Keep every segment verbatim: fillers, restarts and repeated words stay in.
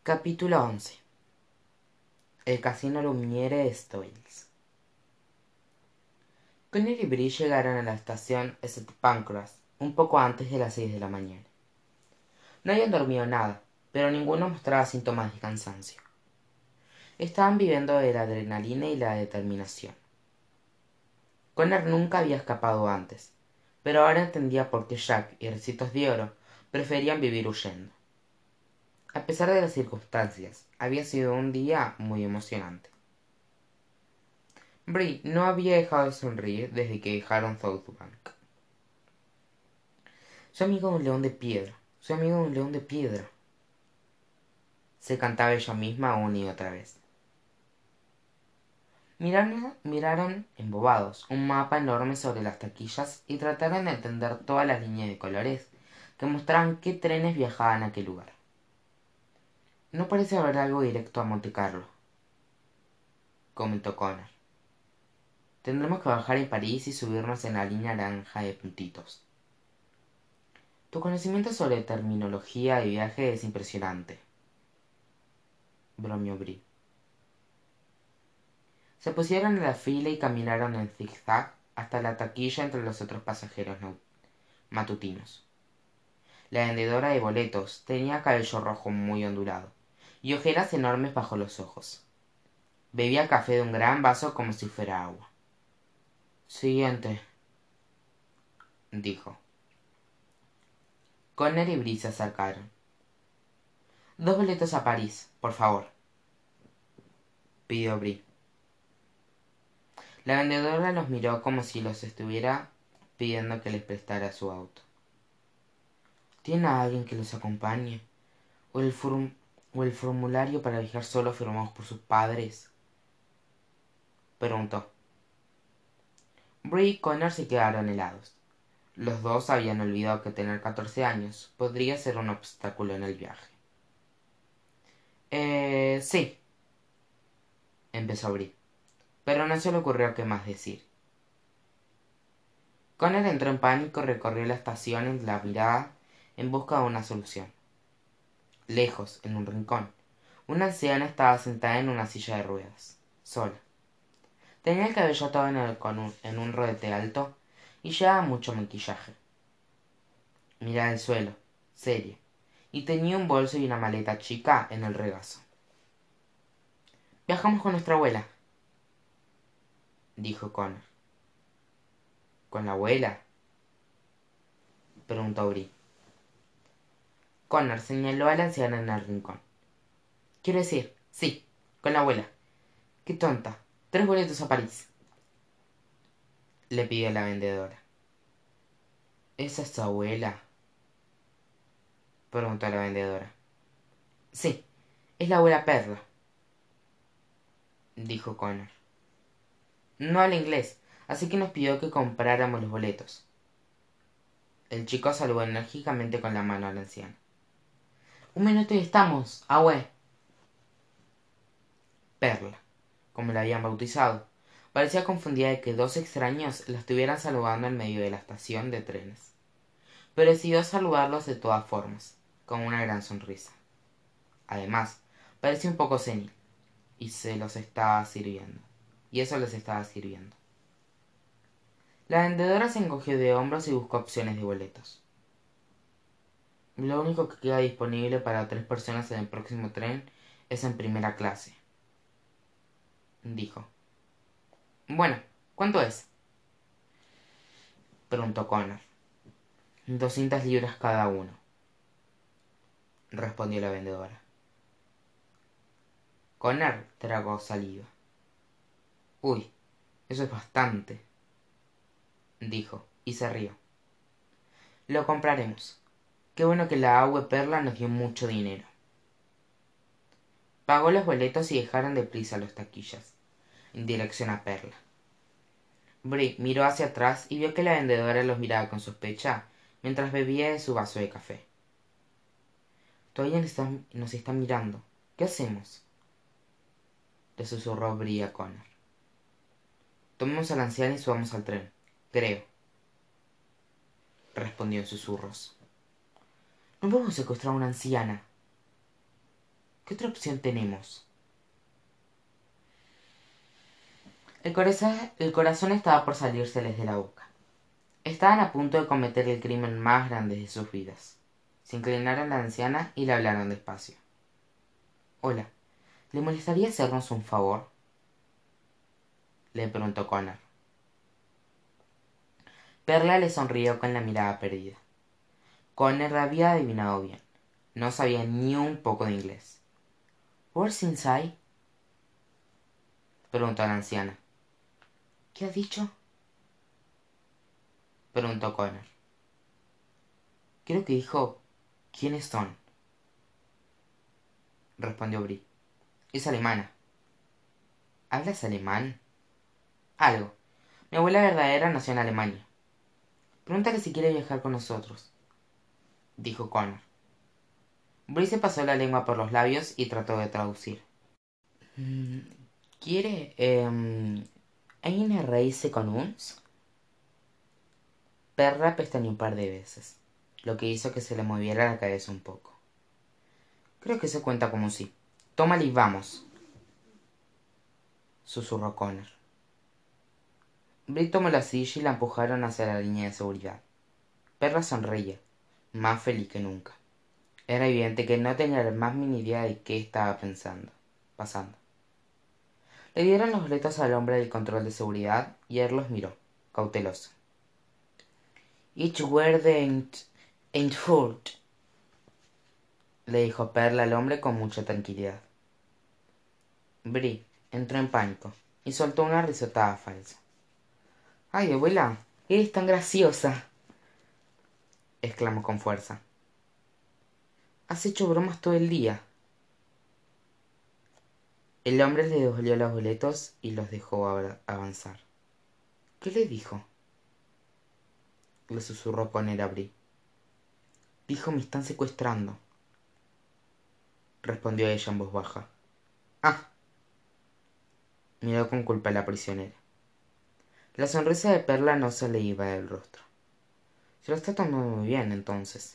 Capítulo once. El casino Lumiere de Stoyles. Connor y Bree llegaron a la estación St Pancras un poco antes de las seis de la mañana. No habían dormido nada, pero ninguno mostraba síntomas de cansancio. Estaban viviendo de la adrenalina y la determinación. Connor nunca había escapado antes, pero ahora entendía por qué Jack y Ricitos de Oro preferían vivir huyendo. A pesar de las circunstancias, había sido un día muy emocionante. Bree no había dejado de sonreír desde que dejaron Southbank. Soy amigo de un león de piedra, soy amigo de un león de piedra. Se cantaba ella misma una y otra vez. Miraron, miraron embobados un mapa enorme sobre las taquillas y trataron de entender todas las líneas de colores que mostraban qué trenes viajaban a aquel lugar. No parece haber algo directo a Monte Carlo, comentó Connor. Tendremos que bajar en París y subirnos en la línea naranja de puntitos. Tu conocimiento sobre terminología de viaje es impresionante, bromeó Bree. Se pusieron en la fila y caminaron en zigzag hasta la taquilla entre los otros pasajeros matutinos. La vendedora de boletos tenía cabello rojo muy ondulado y ojeras enormes bajo los ojos. Bebía café de un gran vaso como si fuera agua. Siguiente, dijo. Connor y Bree se acercaron. Dos boletos a París, por favor, pidió Bree. La vendedora los miró como si los estuviera pidiendo que les prestara su auto. ¿Tiene a alguien que los acompañe? ¿O el, form ¿O el formulario para viajar solo firmados por sus padres? Preguntó. Bree y Connor se quedaron helados. Los dos habían olvidado que tener catorce años podría ser un obstáculo en el viaje. Eh, sí, empezó Bree, pero no se le ocurrió qué más decir. Connor entró en pánico y recorrió la estación en la mirada en busca de una solución. Lejos, en un rincón, una anciana estaba sentada en una silla de ruedas, sola. Tenía el cabello atado en, el, con un, en un rodete alto y llevaba mucho maquillaje. Miraba el suelo, seria, y tenía un bolso y una maleta chica en el regazo. «Viajamos con nuestra abuela», dijo Connor. «¿Con la abuela?», preguntó Bree. Connor señaló a la anciana en el rincón. «Quiero decir, sí, con la abuela. Qué tonta. Tres boletos a París», le pidió la vendedora. «¿Esa es tu abuela?», preguntó la vendedora. «Sí, es la abuela Perla», dijo Connor. «No habla inglés, así que nos pidió que compráramos los boletos». El chico saludó enérgicamente con la mano a la anciana. «Un minuto y estamos, abue». Perla, como la habían bautizado, parecía confundida de que dos extraños la estuvieran saludando en medio de la estación de trenes, pero decidió saludarlos de todas formas, con una gran sonrisa. Además, parecía un poco senil, y se los estaba sirviendo, y eso les estaba sirviendo. La vendedora se encogió de hombros y buscó opciones de boletos. «Lo único que queda disponible para tres personas en el próximo tren es en primera clase», dijo. «Bueno, ¿cuánto es?», preguntó Connor. «Doscientas libras cada uno», respondió la vendedora. Connor tragó saliva. «Uy, eso es bastante», dijo, y se rió. «Lo compraremos. Qué bueno que la Abue Perla nos dio mucho dinero». Pagó los boletos y dejaron deprisa los taquillas, en dirección a Perla. Bree miró hacia atrás y vio que la vendedora los miraba con sospecha mientras bebía de su vaso de café. «Todavía nos están, nos están mirando. ¿Qué hacemos?», le susurró Bree a Connor. «Tomemos a la anciana y subamos al tren, creo», respondió en susurros. «No podemos secuestrar a una anciana». ¿Qué otra opción tenemos? El corazón, el corazón estaba por salírseles de la boca. Estaban a punto de cometer el crimen más grande de sus vidas. Se inclinaron a la anciana y le hablaron despacio. Hola, ¿le molestaría hacernos un favor? Le preguntó Connor. Perla le sonrió con la mirada perdida. Connor había adivinado bien. No sabía ni un poco de inglés. ¿Where's inside? Preguntó la anciana. ¿Qué has dicho? Preguntó Connor. Creo que dijo, ¿quiénes son? Respondió Brie. Es alemana. ¿Hablas alemán? Algo. Mi abuela verdadera nació en Alemania. Pregúntale si quiere viajar con nosotros, dijo Connor. Brie se pasó la lengua por los labios y trató de traducir. ¿Quiere eh, eine Reise con uns? Perla pestañeó un par de veces, lo que hizo que se le moviera la cabeza un poco. Creo que se cuenta como sí. Tómale y vamos, susurró Connor. Brie tomó la silla y la empujaron hacia la línea de seguridad. Perla sonreía, más feliz que nunca. Era evidente que no tenía la más mínima idea de qué estaba pensando, pasando. Le dieron los boletos al hombre del control de seguridad y él los miró, cauteloso. Ich werde entführt, le dijo Perla al hombre con mucha tranquilidad. Brie entró en pánico y soltó una risotada falsa. ¡Ay, abuela! ¡Eres tan graciosa! Exclamó con fuerza. Has hecho bromas todo el día. El hombre le devolvió los boletos y los dejó avanzar. ¿Qué le dijo? Le susurró con él a Brie. Dijo, me están secuestrando, respondió ella en voz baja. Ah. Miró con culpa a la prisionera. La sonrisa de Perla no se le iba del rostro. Se lo está tomando muy bien, entonces.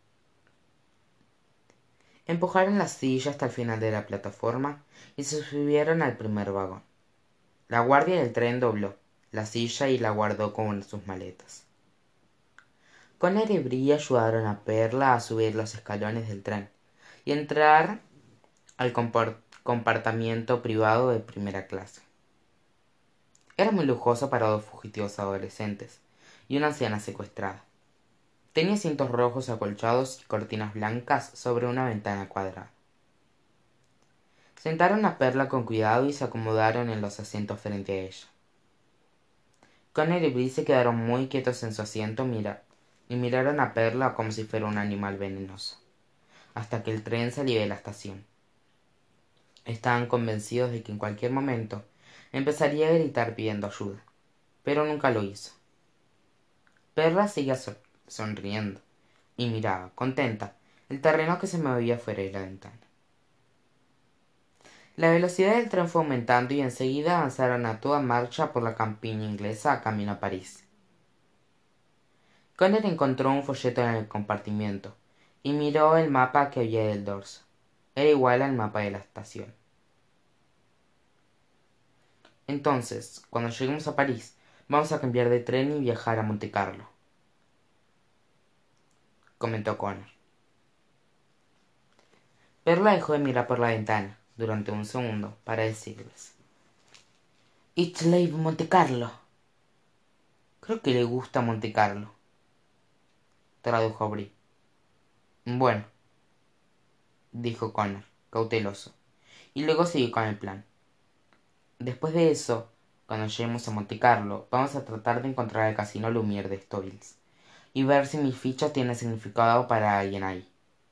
Empujaron la silla hasta el final de la plataforma y se subieron al primer vagón. La guardia del tren dobló la silla y la guardó con sus maletas. Connor y Brie ayudaron a Perla a subir los escalones del tren y entrar al compartimiento privado de primera clase. Era muy lujoso para dos fugitivos adolescentes y una anciana secuestrada. Tenía asientos rojos acolchados y cortinas blancas sobre una ventana cuadrada. Sentaron a Perla con cuidado y se acomodaron en los asientos frente a ella. Connor y Brie se quedaron muy quietos en su asiento mira, y miraron a Perla como si fuera un animal venenoso, hasta que el tren salió de la estación. Estaban convencidos de que en cualquier momento empezaría a gritar pidiendo ayuda, pero nunca lo hizo. Perla seguía so- sonriendo y miraba, contenta, el terreno que se movía fuera de la ventana. La velocidad del tren fue aumentando y enseguida avanzaron a toda marcha por la campiña inglesa camino a París. Connor encontró un folleto en el compartimiento y miró el mapa que había del dorso. Era igual al mapa de la estación. Entonces, cuando lleguemos a París, vamos a cambiar de tren y viajar a Montecarlo, comentó Connor. Perla dejó de mirar por la ventana durante un segundo para decirles: Ich liebe Montecarlo. Creo que le gusta Montecarlo, tradujo Brie. Bueno, dijo Connor, cauteloso, y luego siguió con el plan. Después de eso, cuando lleguemos a Montecarlo, vamos a tratar de encontrar el casino Lumière de Stoyles y ver si mi ficha tiene significado para alguien ahí.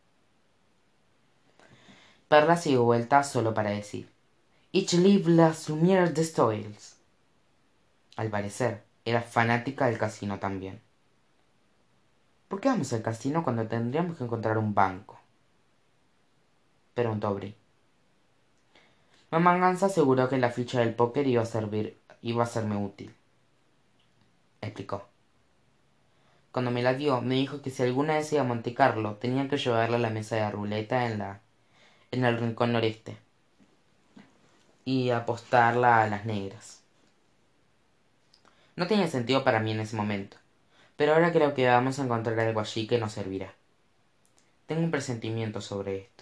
Perla se dio vuelta solo para decir: Ich liebe las Lumière de Stoyles. Al parecer, era fanática del casino también. ¿Por qué vamos al casino cuando tendríamos que encontrar un banco?, preguntó Brie. Mamá Gansa aseguró que la ficha del póker iba a servir, iba a serme útil, explicó. Cuando me la dio, me dijo que si alguna vez iba a Montecarlo, tenía que llevarla a la mesa de ruleta en la en el rincón noreste y apostarla a las negras. No tenía sentido para mí en ese momento, pero ahora creo que vamos a encontrar algo allí que nos servirá. Tengo un presentimiento sobre esto.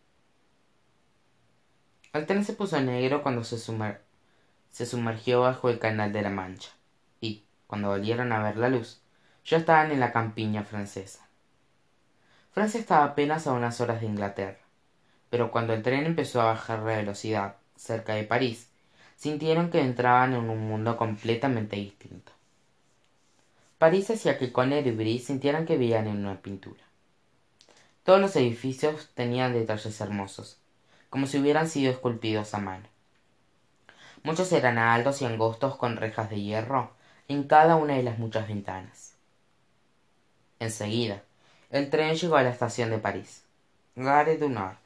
El tren se puso negro cuando se, sumer se sumergió bajo el Canal de la Mancha, y, cuando volvieron a ver la luz, ya estaban en la campiña francesa. Francia estaba apenas a unas horas de Inglaterra, pero cuando el tren empezó a bajar de velocidad cerca de París, sintieron que entraban en un mundo completamente distinto. París hacía que Conner y Brie sintieran que vivían en una pintura. Todos los edificios tenían detalles hermosos, como si hubieran sido esculpidos a mano. Muchos eran altos y angostos con rejas de hierro en cada una de las muchas ventanas. Enseguida, el tren llegó a la estación de París, Gare du Nord.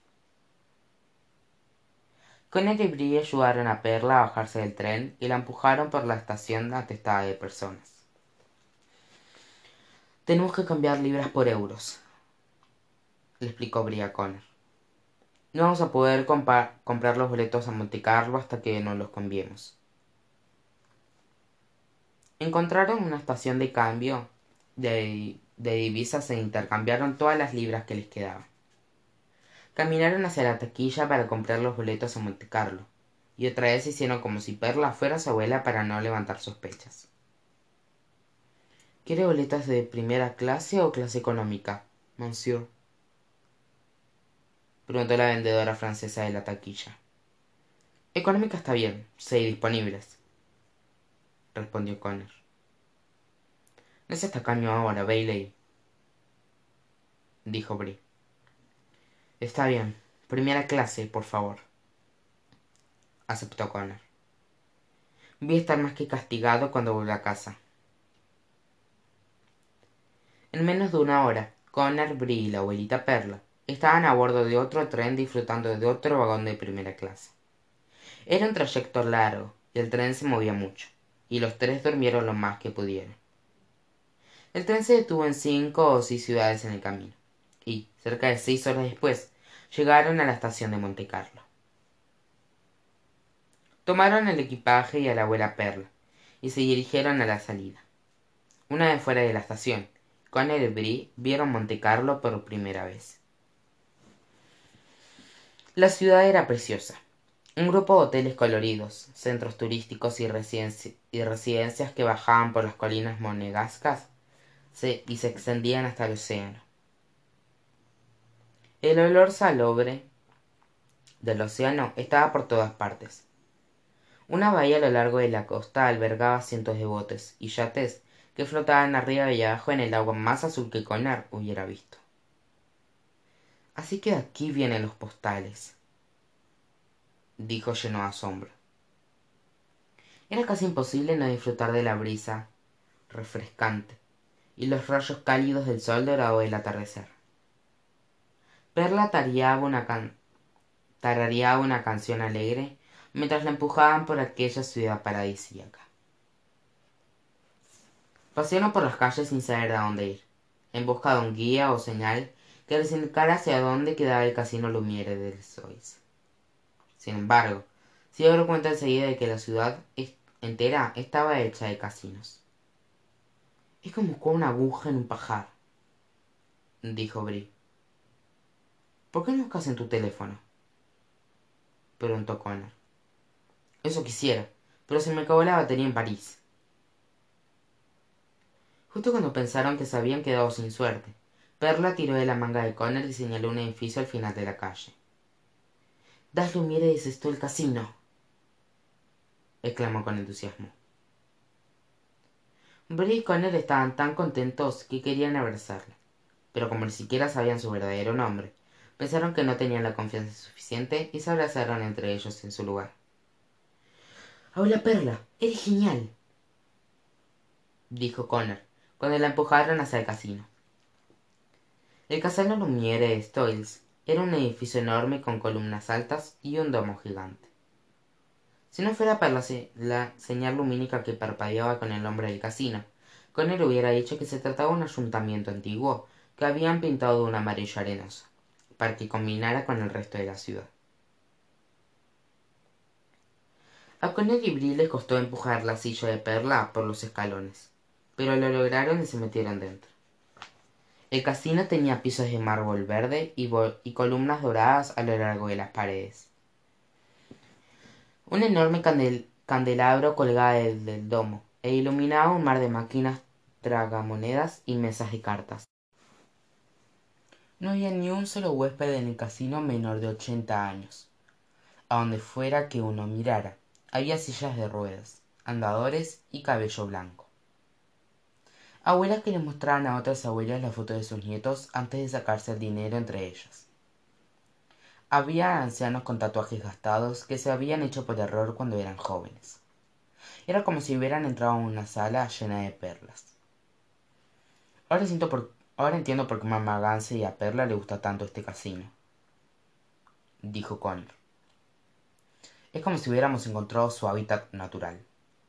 Conner y Brie ayudaron a Perla a bajarse del tren y la empujaron por la estación atestada de personas. «Tenemos que cambiar libras por euros», le explicó Brie a Conner. «No vamos a poder comprar los boletos a Montecarlo hasta que nos los cambiemos». Encontraron una estación de cambio de, de divisas e intercambiaron todas las libras que les quedaban. Caminaron hacia la taquilla para comprar los boletos a Montecarlo, y otra vez hicieron como si Perla fuera su abuela para no levantar sospechas. ¿Quiere boletas de primera clase o clase económica, monsieur?, preguntó la vendedora francesa de la taquilla. Económica está bien, seis disponibles, respondió Conner. No seas tacaño ahora, Bailey, dijo Brie. Está bien, primera clase, por favor, aceptó Conner. Voy a estar más que castigado cuando vuelva a casa. En menos de una hora, Conner, Brie y la abuelita Perla estaban a bordo de otro tren disfrutando de otro vagón de primera clase. Era un trayecto largo y el tren se movía mucho, y los tres durmieron lo más que pudieron. El tren se detuvo en cinco o seis ciudades en el camino, y, cerca de seis horas después, llegaron a la estación de Montecarlo. Tomaron el equipaje y a la abuela Perla, y se dirigieron a la salida. Una vez fuera de la estación, Conner y Brie vieron Montecarlo por primera vez. La ciudad era preciosa. Un grupo de hoteles coloridos, centros turísticos y, residenci y residencias que bajaban por las colinas monegascas se y se extendían hasta el océano. El olor salobre del océano estaba por todas partes. Una bahía a lo largo de la costa albergaba cientos de botes y yates que flotaban arriba y abajo en el agua más azul que Conner hubiera visto. Así que de aquí vienen los postales, dijo lleno de asombro. Era casi imposible no disfrutar de la brisa refrescante y los rayos cálidos del sol dorado del atardecer. Perla tarareaba una, can tarareaba una canción alegre mientras la empujaban por aquella ciudad paradisíaca. Pasearon por las calles sin saber a dónde ir, en busca de un guía o señal que les indicara hacia dónde quedaba el casino Lumière del Sois. Sin embargo, se dieron cuenta enseguida de que la ciudad entera estaba hecha de casinos. «Es como buscar una aguja en un pajar», dijo Brie. «¿Por qué no buscas en tu teléfono?», preguntó Conner. «Eso quisiera, pero se me acabó la batería en París». Justo cuando pensaron que se habían quedado sin suerte, Perla tiró de la manga de Conner y señaló un edificio al final de la calle. «Das Lumière es esto el casino», exclamó con entusiasmo. Brie y Conner estaban tan contentos que querían abrazarla, pero como ni siquiera sabían su verdadero nombre, pensaron que no tenían la confianza suficiente y se abrazaron entre ellos en su lugar. «Hola, Perla, eres genial», dijo Conner, cuando la empujaron hacia el casino. El casino Lumière de Stoyles era un edificio enorme con columnas altas y un domo gigante. Si no fuera por la, la señal lumínica que parpadeaba con el nombre del casino, Conner hubiera dicho que se trataba de un ayuntamiento antiguo que habían pintado de un amarillo arenoso, para que combinara con el resto de la ciudad. A Connor y Bree les costó empujar la silla de perla por los escalones, pero lo lograron y se metieron dentro. El casino tenía pisos de mármol verde y, y columnas doradas a lo largo de las paredes. Un enorme candel candelabro colgaba desde el domo e iluminaba un mar de máquinas tragamonedas y mesas de cartas. No había ni un solo huésped en el casino menor de ochenta años. A donde fuera que uno mirara, había sillas de ruedas, andadores y cabello blanco. Abuelas que le mostraban a otras abuelas la foto de sus nietos antes de sacarse el dinero entre ellas. Había ancianos con tatuajes gastados que se habían hecho por error cuando eran jóvenes. Era como si hubieran entrado en una sala llena de perlas. Ahora, siento por, ahora entiendo por qué mamá Gance y a Perla le gusta tanto este casino, dijo Connor. Es como si hubiéramos encontrado su hábitat natural.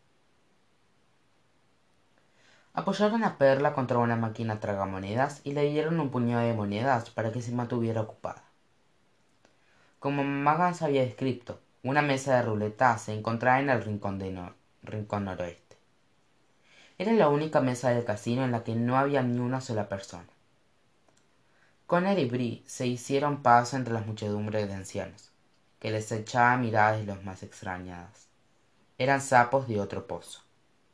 Apoyaron a Perla contra una máquina tragamonedas y le dieron un puñado de monedas para que se mantuviera ocupada. Como mamá Gance había descrito, una mesa de ruleta se encontraba en el rincón, de no, rincón noroeste. Era la única mesa del casino en la que no había ni una sola persona. Connor y Bree se hicieron paso entre las muchedumbres de ancianos, que les echaban miradas de los más extrañadas. Eran sapos de otro pozo.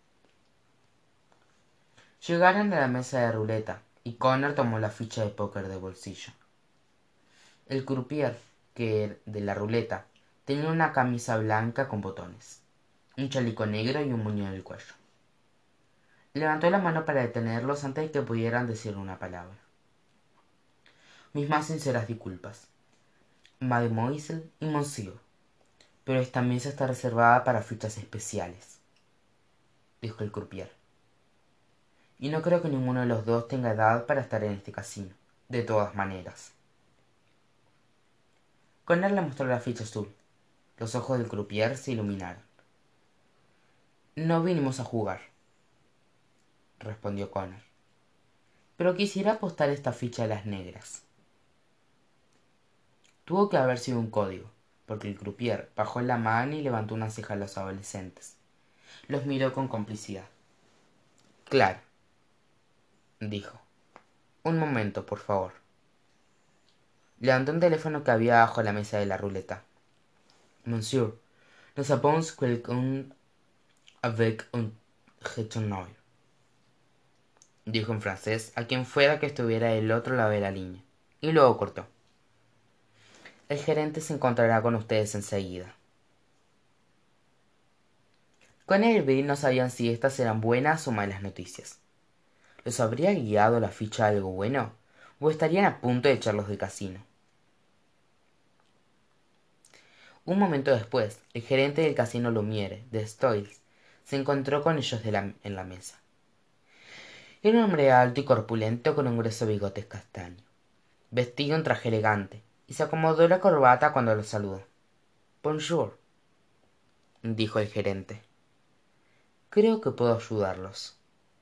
Llegaron a la mesa de ruleta, y Connor tomó la ficha de póker de bolsillo. El croupier, que de la ruleta, tenía una camisa blanca con botones, un chaleco negro y un moño en el cuello. Levantó la mano para detenerlos antes de que pudieran decir una palabra. Mis más sinceras disculpas, Mademoiselle y Monsieur, pero esta mesa está reservada para fichas especiales, dijo el croupier. Y no creo que ninguno de los dos tenga edad para estar en este casino, de todas maneras. Connor le mostró la ficha azul. Los ojos del croupier se iluminaron. No vinimos a jugar, respondió Connor, pero quisiera apostar esta ficha a las negras. Tuvo que haber sido un código, porque el croupier bajó la mano y levantó una ceja a los adolescentes. Los miró con complicidad. Claro, dijo. Un momento, por favor. Levantó un teléfono que había bajo la mesa de la ruleta. Monsieur, nous avons quelqu'un avec un reteneur, dijo en francés a quien fuera que estuviera del otro lado de la línea, y luego cortó. El gerente se encontrará con ustedes enseguida. Connor y Bree no sabían si estas eran buenas o malas noticias. ¿Los habría guiado la ficha a algo bueno? ¿O estarían a punto de echarlos del casino? Un momento después, el gerente del casino Lumiere, de Stoyles, se encontró con ellos de la, en la mesa. Era un hombre alto y corpulento con un grueso bigote castaño, vestido en traje elegante, y se acomodó la corbata cuando los saludó. «Bonjour», dijo el gerente. «Creo que puedo ayudarlos».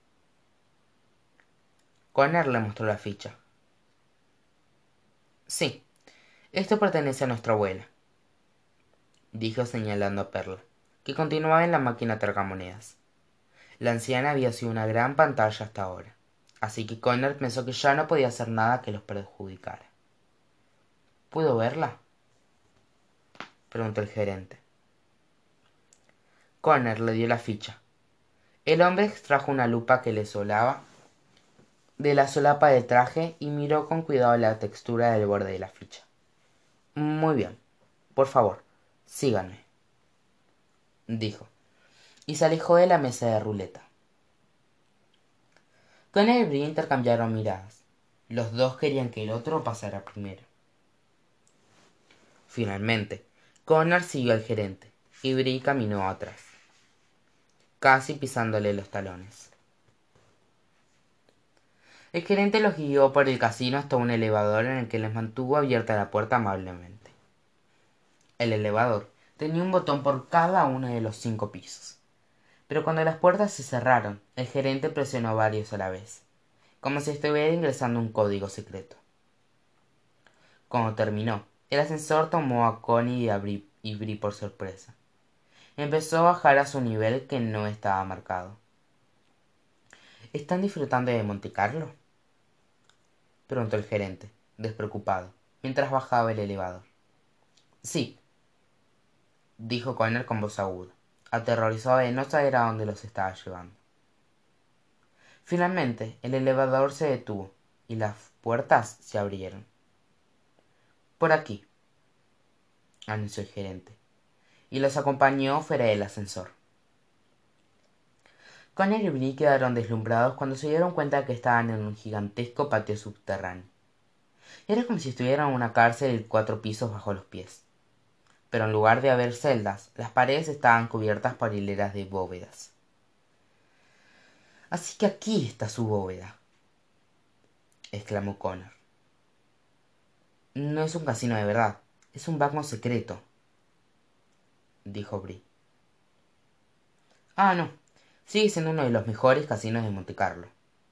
Connor le mostró la ficha. «Sí, esto pertenece a nuestra abuela», dijo señalando a Perla, que continuaba en la máquina tragamonedas. La anciana había sido una gran pantalla hasta ahora, así que Connor pensó que ya no podía hacer nada que los perjudicara. «¿Puedo verla?», preguntó el gerente. Connor le dio la ficha. El hombre extrajo una lupa que le solaba de la solapa del traje y miró con cuidado la textura del borde de la ficha. «Muy bien. Por favor, síganme», dijo, y se alejó de la mesa de ruleta. Connor y Bree intercambiaron miradas. Los dos querían que el otro pasara primero. Finalmente, Connor siguió al gerente y Bree caminó atrás, casi pisándole los talones. El gerente los guió por el casino hasta un elevador en el que les mantuvo abierta la puerta amablemente. El elevador tenía un botón por cada uno de los cinco pisos, pero cuando las puertas se cerraron, el gerente presionó varios a la vez, como si estuviera ingresando un código secreto. Cuando terminó, el ascensor tomó a Connie y a Bri, y Bri por sorpresa. Empezó a bajar a su nivel que no estaba marcado. ¿Están disfrutando de Monte Carlo?, preguntó el gerente, despreocupado, mientras bajaba el elevador. Sí, dijo Connor con voz aguda, aterrorizado de no saber a dónde los estaba llevando. Finalmente, el elevador se detuvo y las puertas se abrieron. Por aquí, anunció el gerente, y los acompañó fuera del ascensor. Connor y Bri quedaron deslumbrados cuando se dieron cuenta de que estaban en un gigantesco patio subterráneo. Era como si estuvieran en una cárcel de cuatro pisos bajo los pies. Pero en lugar de haber celdas, las paredes estaban cubiertas por hileras de bóvedas. Así que aquí está su bóveda, exclamó Connor. No es un casino de verdad, es un banco secreto, dijo Bri. Ah, no, sigue siendo uno de los mejores casinos de Monte Carlo,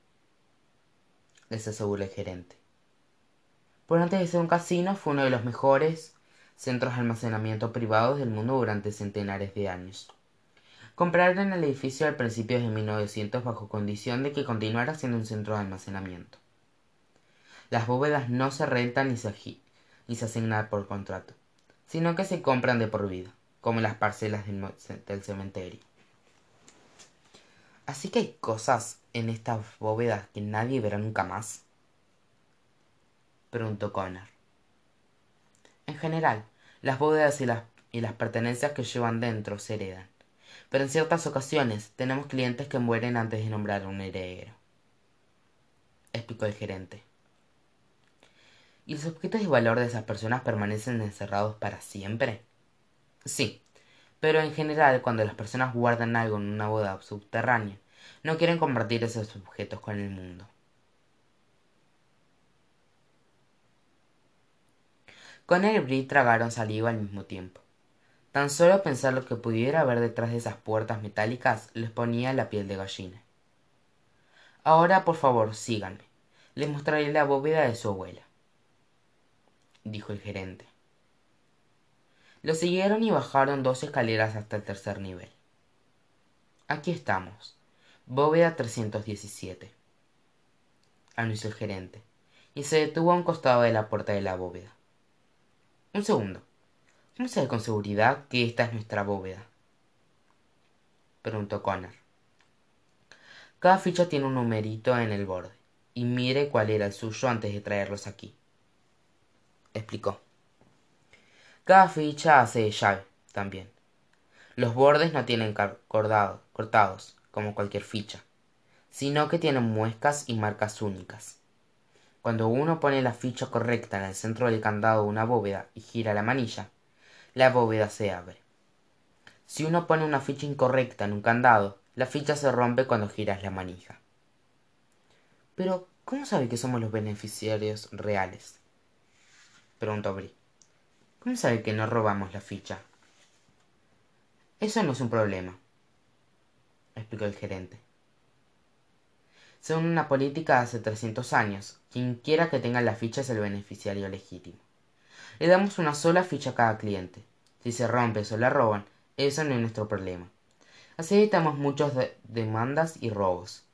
les aseguró el gerente. Por antes de ser un casino, fue uno de los mejores centros de almacenamiento privados del mundo durante centenares de años. Compraron el edificio al principio de mil novecientos bajo condición de que continuara siendo un centro de almacenamiento. Las bóvedas no se rentan ni se, ni se asignan por contrato, sino que se compran de por vida, como las parcelas del, del cementerio. Así que hay cosas en estas bóvedas que nadie verá nunca más, preguntó Connor. En general, las bóvedas y las, y las pertenencias que llevan dentro se heredan, pero en ciertas ocasiones tenemos clientes que mueren antes de nombrar a un heredero, explicó el gerente. ¿Y los objetos de valor de esas personas permanecen encerrados para siempre? Sí, pero en general cuando las personas guardan algo en una bóveda subterránea, no quieren compartir esos objetos con el mundo. Connor y Bri tragaron saliva al mismo tiempo. Tan solo pensar lo que pudiera haber detrás de esas puertas metálicas les ponía la piel de gallina. Ahora, por favor, síganme. Les mostraré la bóveda de su abuela, dijo el gerente. Lo siguieron y bajaron dos escaleras hasta el tercer nivel. Aquí estamos, bóveda trescientos diecisiete, anunció el gerente, y se detuvo a un costado de la puerta de la bóveda. Un segundo. ¿Cómo sabe con seguridad que esta es nuestra bóveda?, preguntó Connor. Cada ficha tiene un numerito en el borde, y mire cuál era el suyo antes de traerlos aquí, explicó. Cada ficha hace de llave, también. Los bordes no tienen cordado, cortados, como cualquier ficha, sino que tienen muescas y marcas únicas. Cuando uno pone la ficha correcta en el centro del candado de una bóveda y gira la manilla, la bóveda se abre. Si uno pone una ficha incorrecta en un candado, la ficha se rompe cuando giras la manija. Pero, ¿cómo sabe que somos los beneficiarios reales?, preguntó Bri. ¿Cómo sabe que no robamos la ficha? Eso no es un problema, explicó el gerente. Según una política de hace trescientos años, quien quiera que tenga la ficha es el beneficiario legítimo. Le damos una sola ficha a cada cliente. Si se rompe o se la roban, eso no es nuestro problema. Así evitamos muchas de demandas y robos.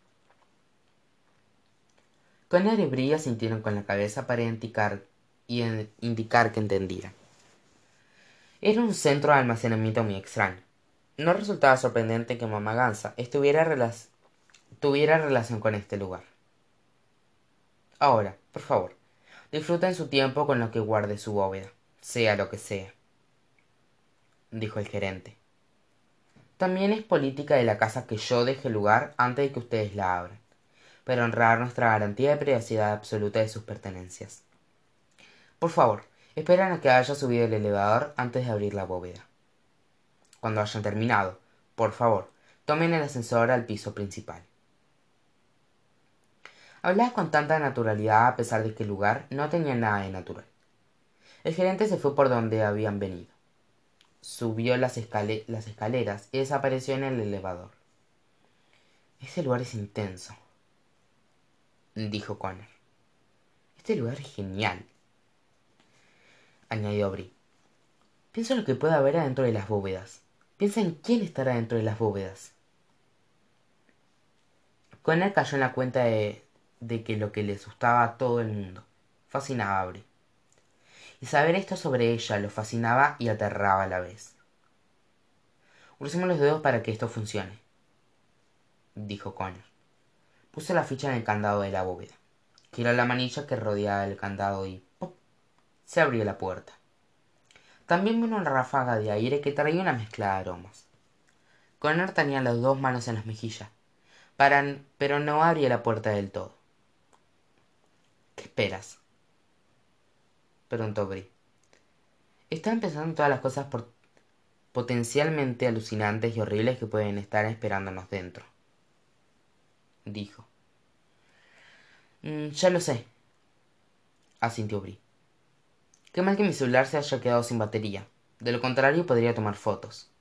Connor y Bri asintieron con la cabeza para indicar, y indicar que entendían. Era un centro de almacenamiento muy extraño. No resultaba sorprendente que Mamá Gansa estuviera rela- tuviera relación con este lugar. Ahora, por favor, disfruten su tiempo con lo que guarde su bóveda, sea lo que sea, dijo el gerente. También es política de la casa que yo deje el lugar antes de que ustedes la abran, para honrar nuestra garantía de privacidad absoluta de sus pertenencias. Por favor, esperen a que haya subido el elevador antes de abrir la bóveda. Cuando hayan terminado, por favor, tomen el ascensor al piso principal. Hablaba con tanta naturalidad a pesar de que el lugar no tenía nada de natural. El gerente se fue por donde habían venido. Subió las, escale las escaleras y desapareció en el elevador. Ese lugar es intenso, dijo Connor. Este lugar es genial. añadió Bree. Pienso en lo que puede haber adentro de las bóvedas. Piensa en quién estará dentro de las bóvedas. Connor cayó en la cuenta de, de que lo que le asustaba a todo el mundo fascinaba a Bree. Y saber esto sobre ella lo fascinaba y aterraba a la vez. Crucemos los dedos para que esto funcione, dijo Connor. Puso la ficha en el candado de la bóveda. Giró la manilla que rodeaba el candado y ¡pop! Se abrió la puerta. También vino una ráfaga de aire que traía una mezcla de aromas. Connor tenía las dos manos en las mejillas, para, pero no abría la puerta del todo. ¿Qué esperas?, preguntó Bree. Estaban pensando en todas las cosas por, potencialmente alucinantes y horribles que pueden estar esperándonos dentro, dijo. Mm, ya lo sé, asintió Bree. Qué mal que mi celular se haya quedado sin batería. De lo contrario podría tomar fotos.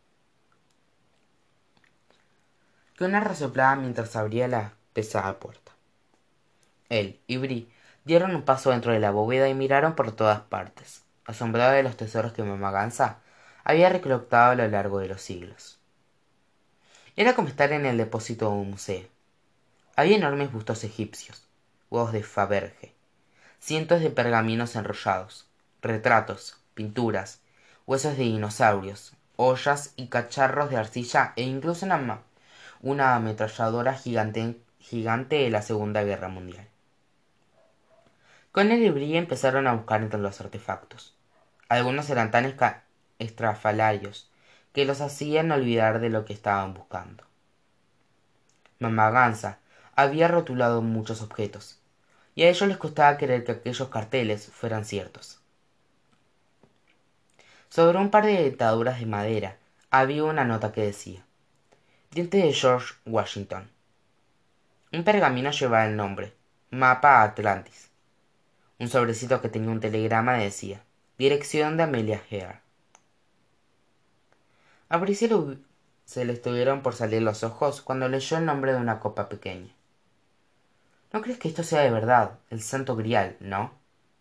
Connor resoplaba mientras abría la pesada puerta. Él y Bree dieron un paso dentro de la bóveda y miraron por todas partes, asombrados de los tesoros que Mamá Gansa había recolectado a lo largo de los siglos. Era como estar en el depósito de un museo. Había enormes bustos egipcios, huevos de Faberge, cientos de pergaminos enrollados, retratos, pinturas, huesos de dinosaurios, ollas y cacharros de arcilla e incluso una, una ametralladora gigante, gigante de la Segunda Guerra Mundial. Connor y Bree empezaron a buscar entre los artefactos. Algunos eran tan estrafalarios que los hacían olvidar de lo que estaban buscando. Mamá Gansa había rotulado muchos objetos, y a ellos les costaba creer que aquellos carteles fueran ciertos. Sobre un par de dentaduras de madera había una nota que decía: Diente de George Washington. Un pergamino llevaba el nombre: Mapa Atlantis. Un sobrecito que tenía un telegrama decía: Dirección de Amelia Earhart. A Bree se, se le estuvieron por salir los ojos cuando leyó el nombre de una copa pequeña. ¿No crees que esto sea de verdad, el Santo Grial, no?,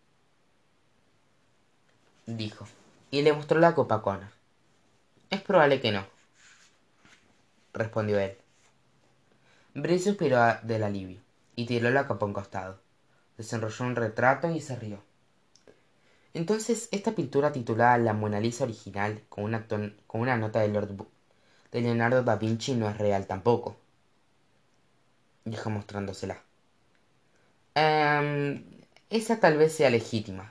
dijo, y le mostró la copa a Connor. Es probable que no, respondió él. Bree suspiró del alivio y tiró la copa a un costado. Desenrolló un retrato y se rió. Entonces, esta pintura titulada La Mona Lisa original, con una, con una nota de, Lord de Leonardo da Vinci, no es real tampoco, dijo mostrándosela. Ehm, esa tal vez sea legítima,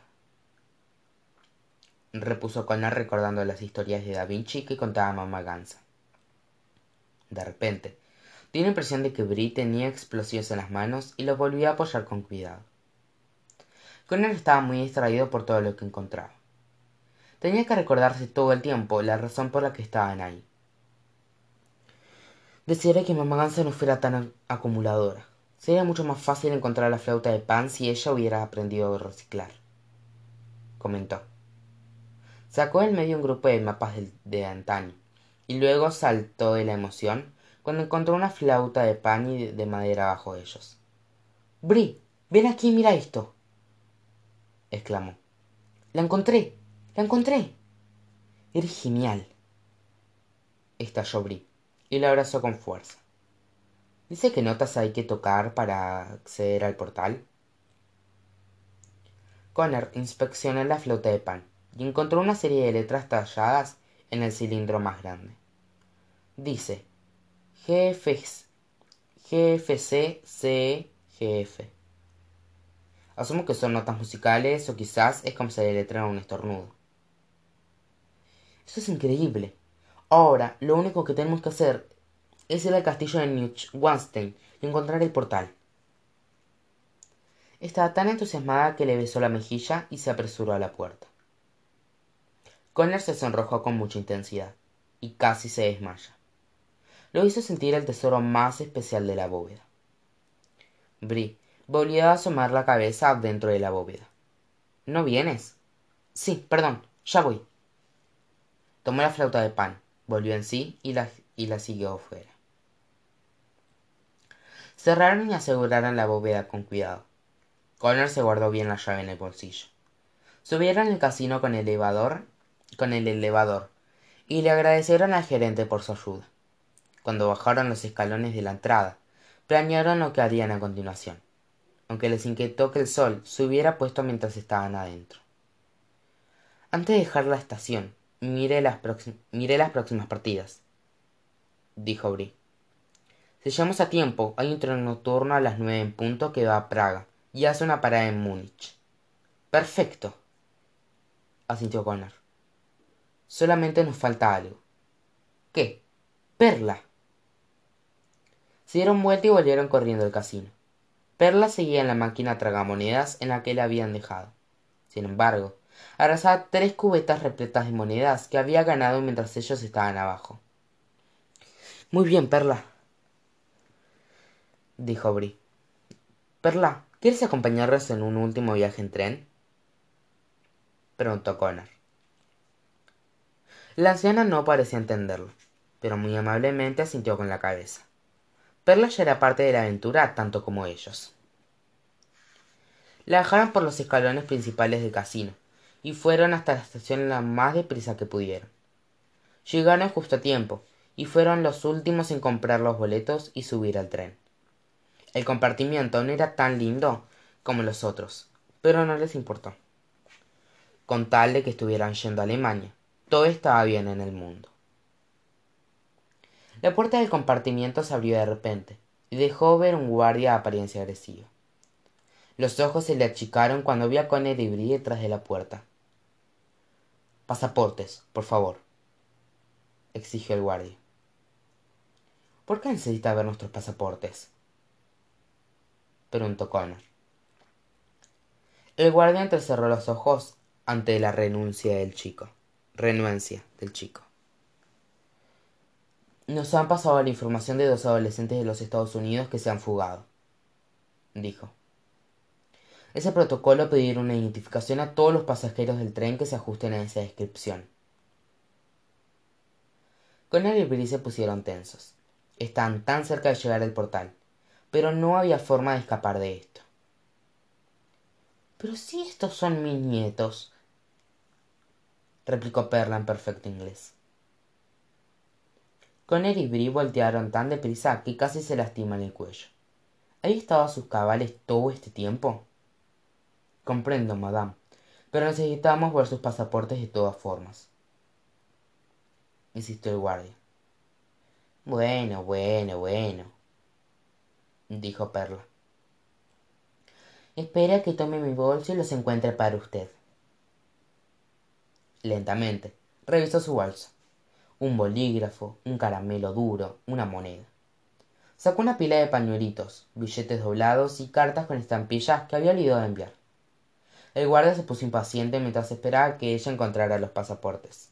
repuso Connor recordando las historias de da Vinci que contaba Mamá Gansa. De repente, dio la impresión de que Bree tenía explosivos en las manos y los volvió a apoyar con cuidado. Connor estaba muy distraído por todo lo que encontraba. Tenía que recordarse todo el tiempo la razón por la que estaban ahí. Desearía que Mamá Gansa no fuera tan acumuladora. Sería mucho más fácil encontrar la flauta de Pan si ella hubiera aprendido a reciclar, comentó. Sacó del medio un grupo de mapas de, de antaño, y luego saltó de la emoción cuando encontró una flauta de pan y de madera bajo ellos. —Bree, ven aquí y mira esto —exclamó—. La encontré, la encontré. Eres genial —estalló Bree, y la abrazó con fuerza. ¿Dice qué notas hay que tocar para acceder al portal? Connor inspeccionó la flauta de pan y encontró una serie de letras talladas en el cilindro más grande. Dice G F C C G F. Asumo que son notas musicales o quizás es como se deletrea un estornudo. Eso es increíble. Ahora, lo único que tenemos que hacer es ir al castillo de Neuschwanstein y encontrar el portal. Estaba tan entusiasmada que le besó la mejilla y se apresuró a la puerta. Connor se sonrojó con mucha intensidad y casi se desmaya. Lo hizo sentir el tesoro más especial de la bóveda. Bree volvió a asomar la cabeza dentro de la bóveda. ¿No vienes? Sí, perdón, ya voy. Tomó la flauta de pan, volvió en sí y la, y la siguió fuera. Cerraron y aseguraron la bóveda con cuidado. Connor se guardó bien la llave en el bolsillo. Subieron al casino con el elevador, con el elevador y le agradecieron al gerente por su ayuda. Cuando bajaron los escalones de la entrada, planearon lo que harían a continuación, aunque les inquietó que el sol se hubiera puesto mientras estaban adentro. Antes de dejar la estación, miré las, miré las próximas partidas, dijo Bree. Si llegamos a tiempo, hay un tren nocturno a las nueve en punto que va a Praga y hace una parada en Múnich. Perfecto, asintió Connor. Solamente nos falta algo. ¿Qué? Perla. Se dieron vuelta y volvieron corriendo al casino. Perla seguía en la máquina tragamonedas en la que la habían dejado. Sin embargo, arrasaba tres cubetas repletas de monedas que había ganado mientras ellos estaban abajo. Muy bien, Perla, dijo Bree. Perla, ¿quieres acompañarnos en un último viaje en tren? Preguntó Connor. La anciana no parecía entenderlo, pero muy amablemente asintió con la cabeza. Perla ya era parte de la aventura tanto como ellos. La bajaron por los escalones principales del casino y fueron hasta la estación lo más deprisa que pudieron. Llegaron justo a tiempo y fueron los últimos en comprar los boletos y subir al tren. El compartimiento no era tan lindo como los otros, pero no les importó. Con tal de que estuvieran yendo a Alemania, todo estaba bien en el mundo. La puerta del compartimiento se abrió de repente y dejó ver un guardia de apariencia agresiva. Los ojos se le achicaron cuando vio a Connor y Bree detrás de la puerta. Pasaportes, por favor, exigió el guardia. ¿Por qué necesita ver nuestros pasaportes?, preguntó Connor. El guardia entrecerró los ojos ante la renuncia del chico. Renuencia del chico. Nos han pasado la información de dos adolescentes de los Estados Unidos que se han fugado, dijo. Ese protocolo pedirá una identificación a todos los pasajeros del tren que se ajusten a esa descripción. Connor y Bree se pusieron tensos. Estaban tan cerca de llegar al portal, pero no había forma de escapar de esto. Pero si estos son mis nietos, replicó Perla en perfecto inglés. Connor y Bree voltearon tan deprisa que casi se lastiman el cuello. ¿Había estado a sus cabales todo este tiempo? Comprendo, madame, pero necesitamos ver sus pasaportes de todas formas, insistió el guardia. Bueno, bueno, bueno, dijo Perla. Espera que tome mi bolso y los encuentre para usted. Lentamente, revisó su bolso. Un bolígrafo, un caramelo duro, una moneda. Sacó una pila de pañuelitos, billetes doblados y cartas con estampillas que había olvidado enviar. El guardia se puso impaciente mientras esperaba que ella encontrara los pasaportes.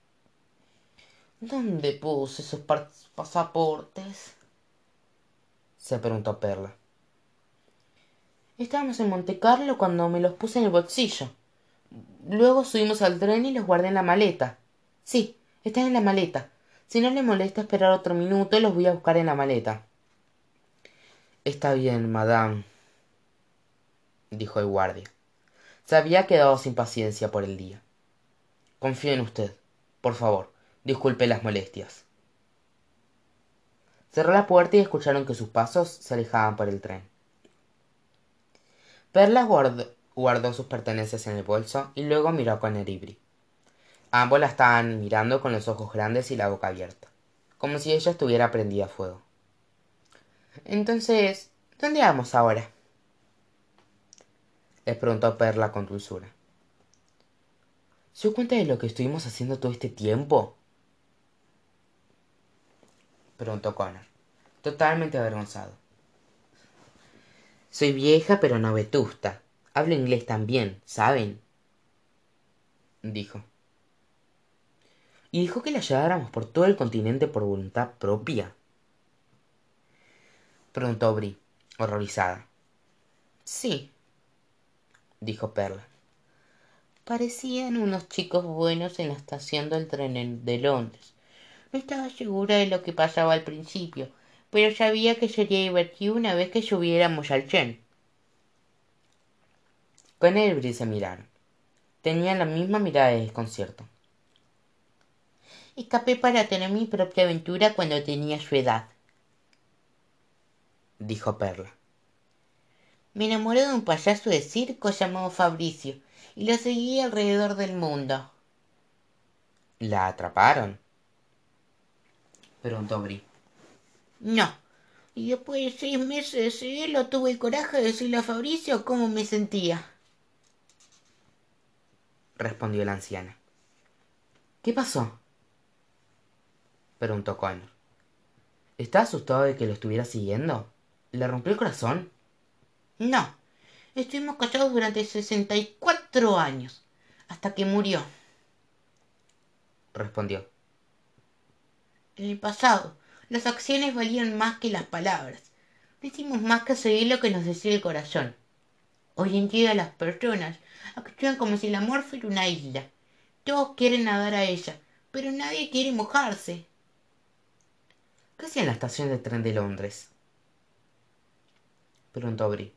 ¿Dónde puse esos pasaportes?, se preguntó Perla. Estábamos en Montecarlo cuando me los puse en el bolsillo. Luego subimos al tren y los guardé en la maleta. Sí, están en la maleta. Si no le molesta esperar otro minuto, los voy a buscar en la maleta. Está bien, madame, dijo el guardia. Se había quedado sin paciencia por el día. Confío en usted. Por favor, disculpe las molestias. Cerró la puerta y escucharon que sus pasos se alejaban por el tren. Perla guardó, guardó sus pertenencias en el bolso y luego miró a Connor y Bree. Ambos la estaban mirando con los ojos grandes y la boca abierta, como si ella estuviera prendida a fuego. Entonces, ¿dónde vamos ahora?, les preguntó Perla con dulzura. ¿Se dio cuenta de lo que estuvimos haciendo todo este tiempo?, preguntó Connor, totalmente avergonzado. Soy vieja pero no vetusta. Hablo inglés también, ¿saben?, dijo. ¿Y dijo que la lleváramos por todo el continente por voluntad propia?, preguntó Bree, horrorizada. Sí, dijo Perla. Parecían unos chicos buenos en la estación del tren de Londres. No estaba segura de lo que pasaba al principio, pero sabía que sería divertido una vez que subiéramos al tren. Connor y Bree se miraron. Tenían la misma mirada de desconcierto. Escapé para tener mi propia aventura cuando tenía su edad, dijo Perla. Me enamoré de un payaso de circo llamado Fabricio y lo seguí alrededor del mundo. ¿La atraparon?, preguntó Bri. No. Y después de seis meses de seguirlo tuve el coraje de decirle a Fabricio cómo me sentía. Respondió la anciana. ¿Qué pasó?, preguntó Connor. ¿Estaba asustado de que lo estuviera siguiendo? ¿Le rompió el corazón? No. Estuvimos casados durante sesenta y cuatro años, hasta que murió. Respondió. En el pasado, las acciones valían más que las palabras. No hicimos más que seguir lo que nos decía el corazón. Hoy en día las personas actúan como si el amor fuera una isla. Todos quieren nadar a ella, pero nadie quiere mojarse. ¿Qué hacía en la estación de tren de Londres?, preguntó Bri.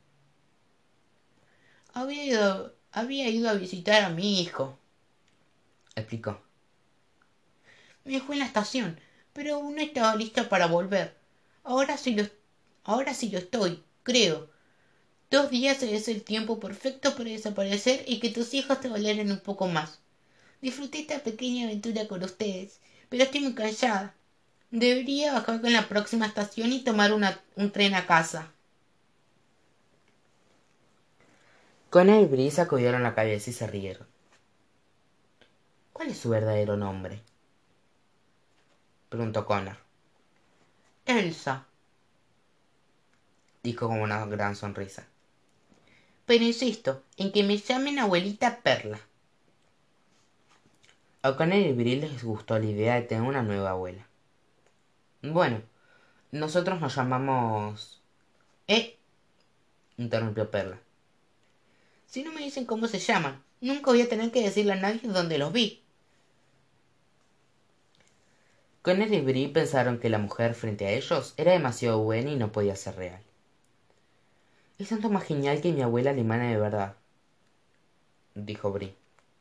Había ido, había ido a visitar a mi hijo. Explicó. Me dejó en la estación, pero aún no estaba lista para volver. Ahora sí lo, ahora sí lo estoy, creo. Dos días es el tiempo perfecto para desaparecer y que tus hijos te valoren un poco más. Disfruté esta pequeña aventura con ustedes, pero estoy muy cansada. Debería bajar con la próxima estación y tomar una, un tren a casa. Connor y Bri sacudieron la cabeza y se rieron. ¿Cuál es su verdadero nombre?, preguntó Connor. Elsa. Dijo con una gran sonrisa. Pero insisto en que me llamen abuelita Perla. A Connor y Bri les gustó la idea de tener una nueva abuela. Bueno, nosotros nos llamamos... ¿Eh? interrumpió Perla. Si no me dicen cómo se llaman, nunca voy a tener que decirle a nadie dónde los vi. Connor y Bri pensaron que la mujer frente a ellos era demasiado buena y no podía ser real. Es tanto más genial que mi abuela alemana de verdad, dijo Bri.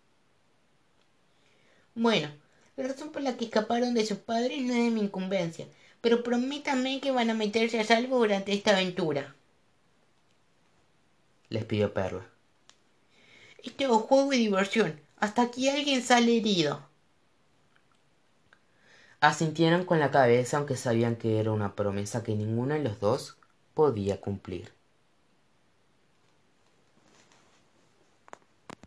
Bueno, la razón por la que escaparon de sus padres no es de mi incumbencia, pero prométanme que van a meterse a salvo durante esta aventura. Les pidió Perla. Esto es juego y diversión, hasta aquí alguien sale herido. Asintieron con la cabeza, aunque sabían que era una promesa que ninguno de los dos podía cumplir.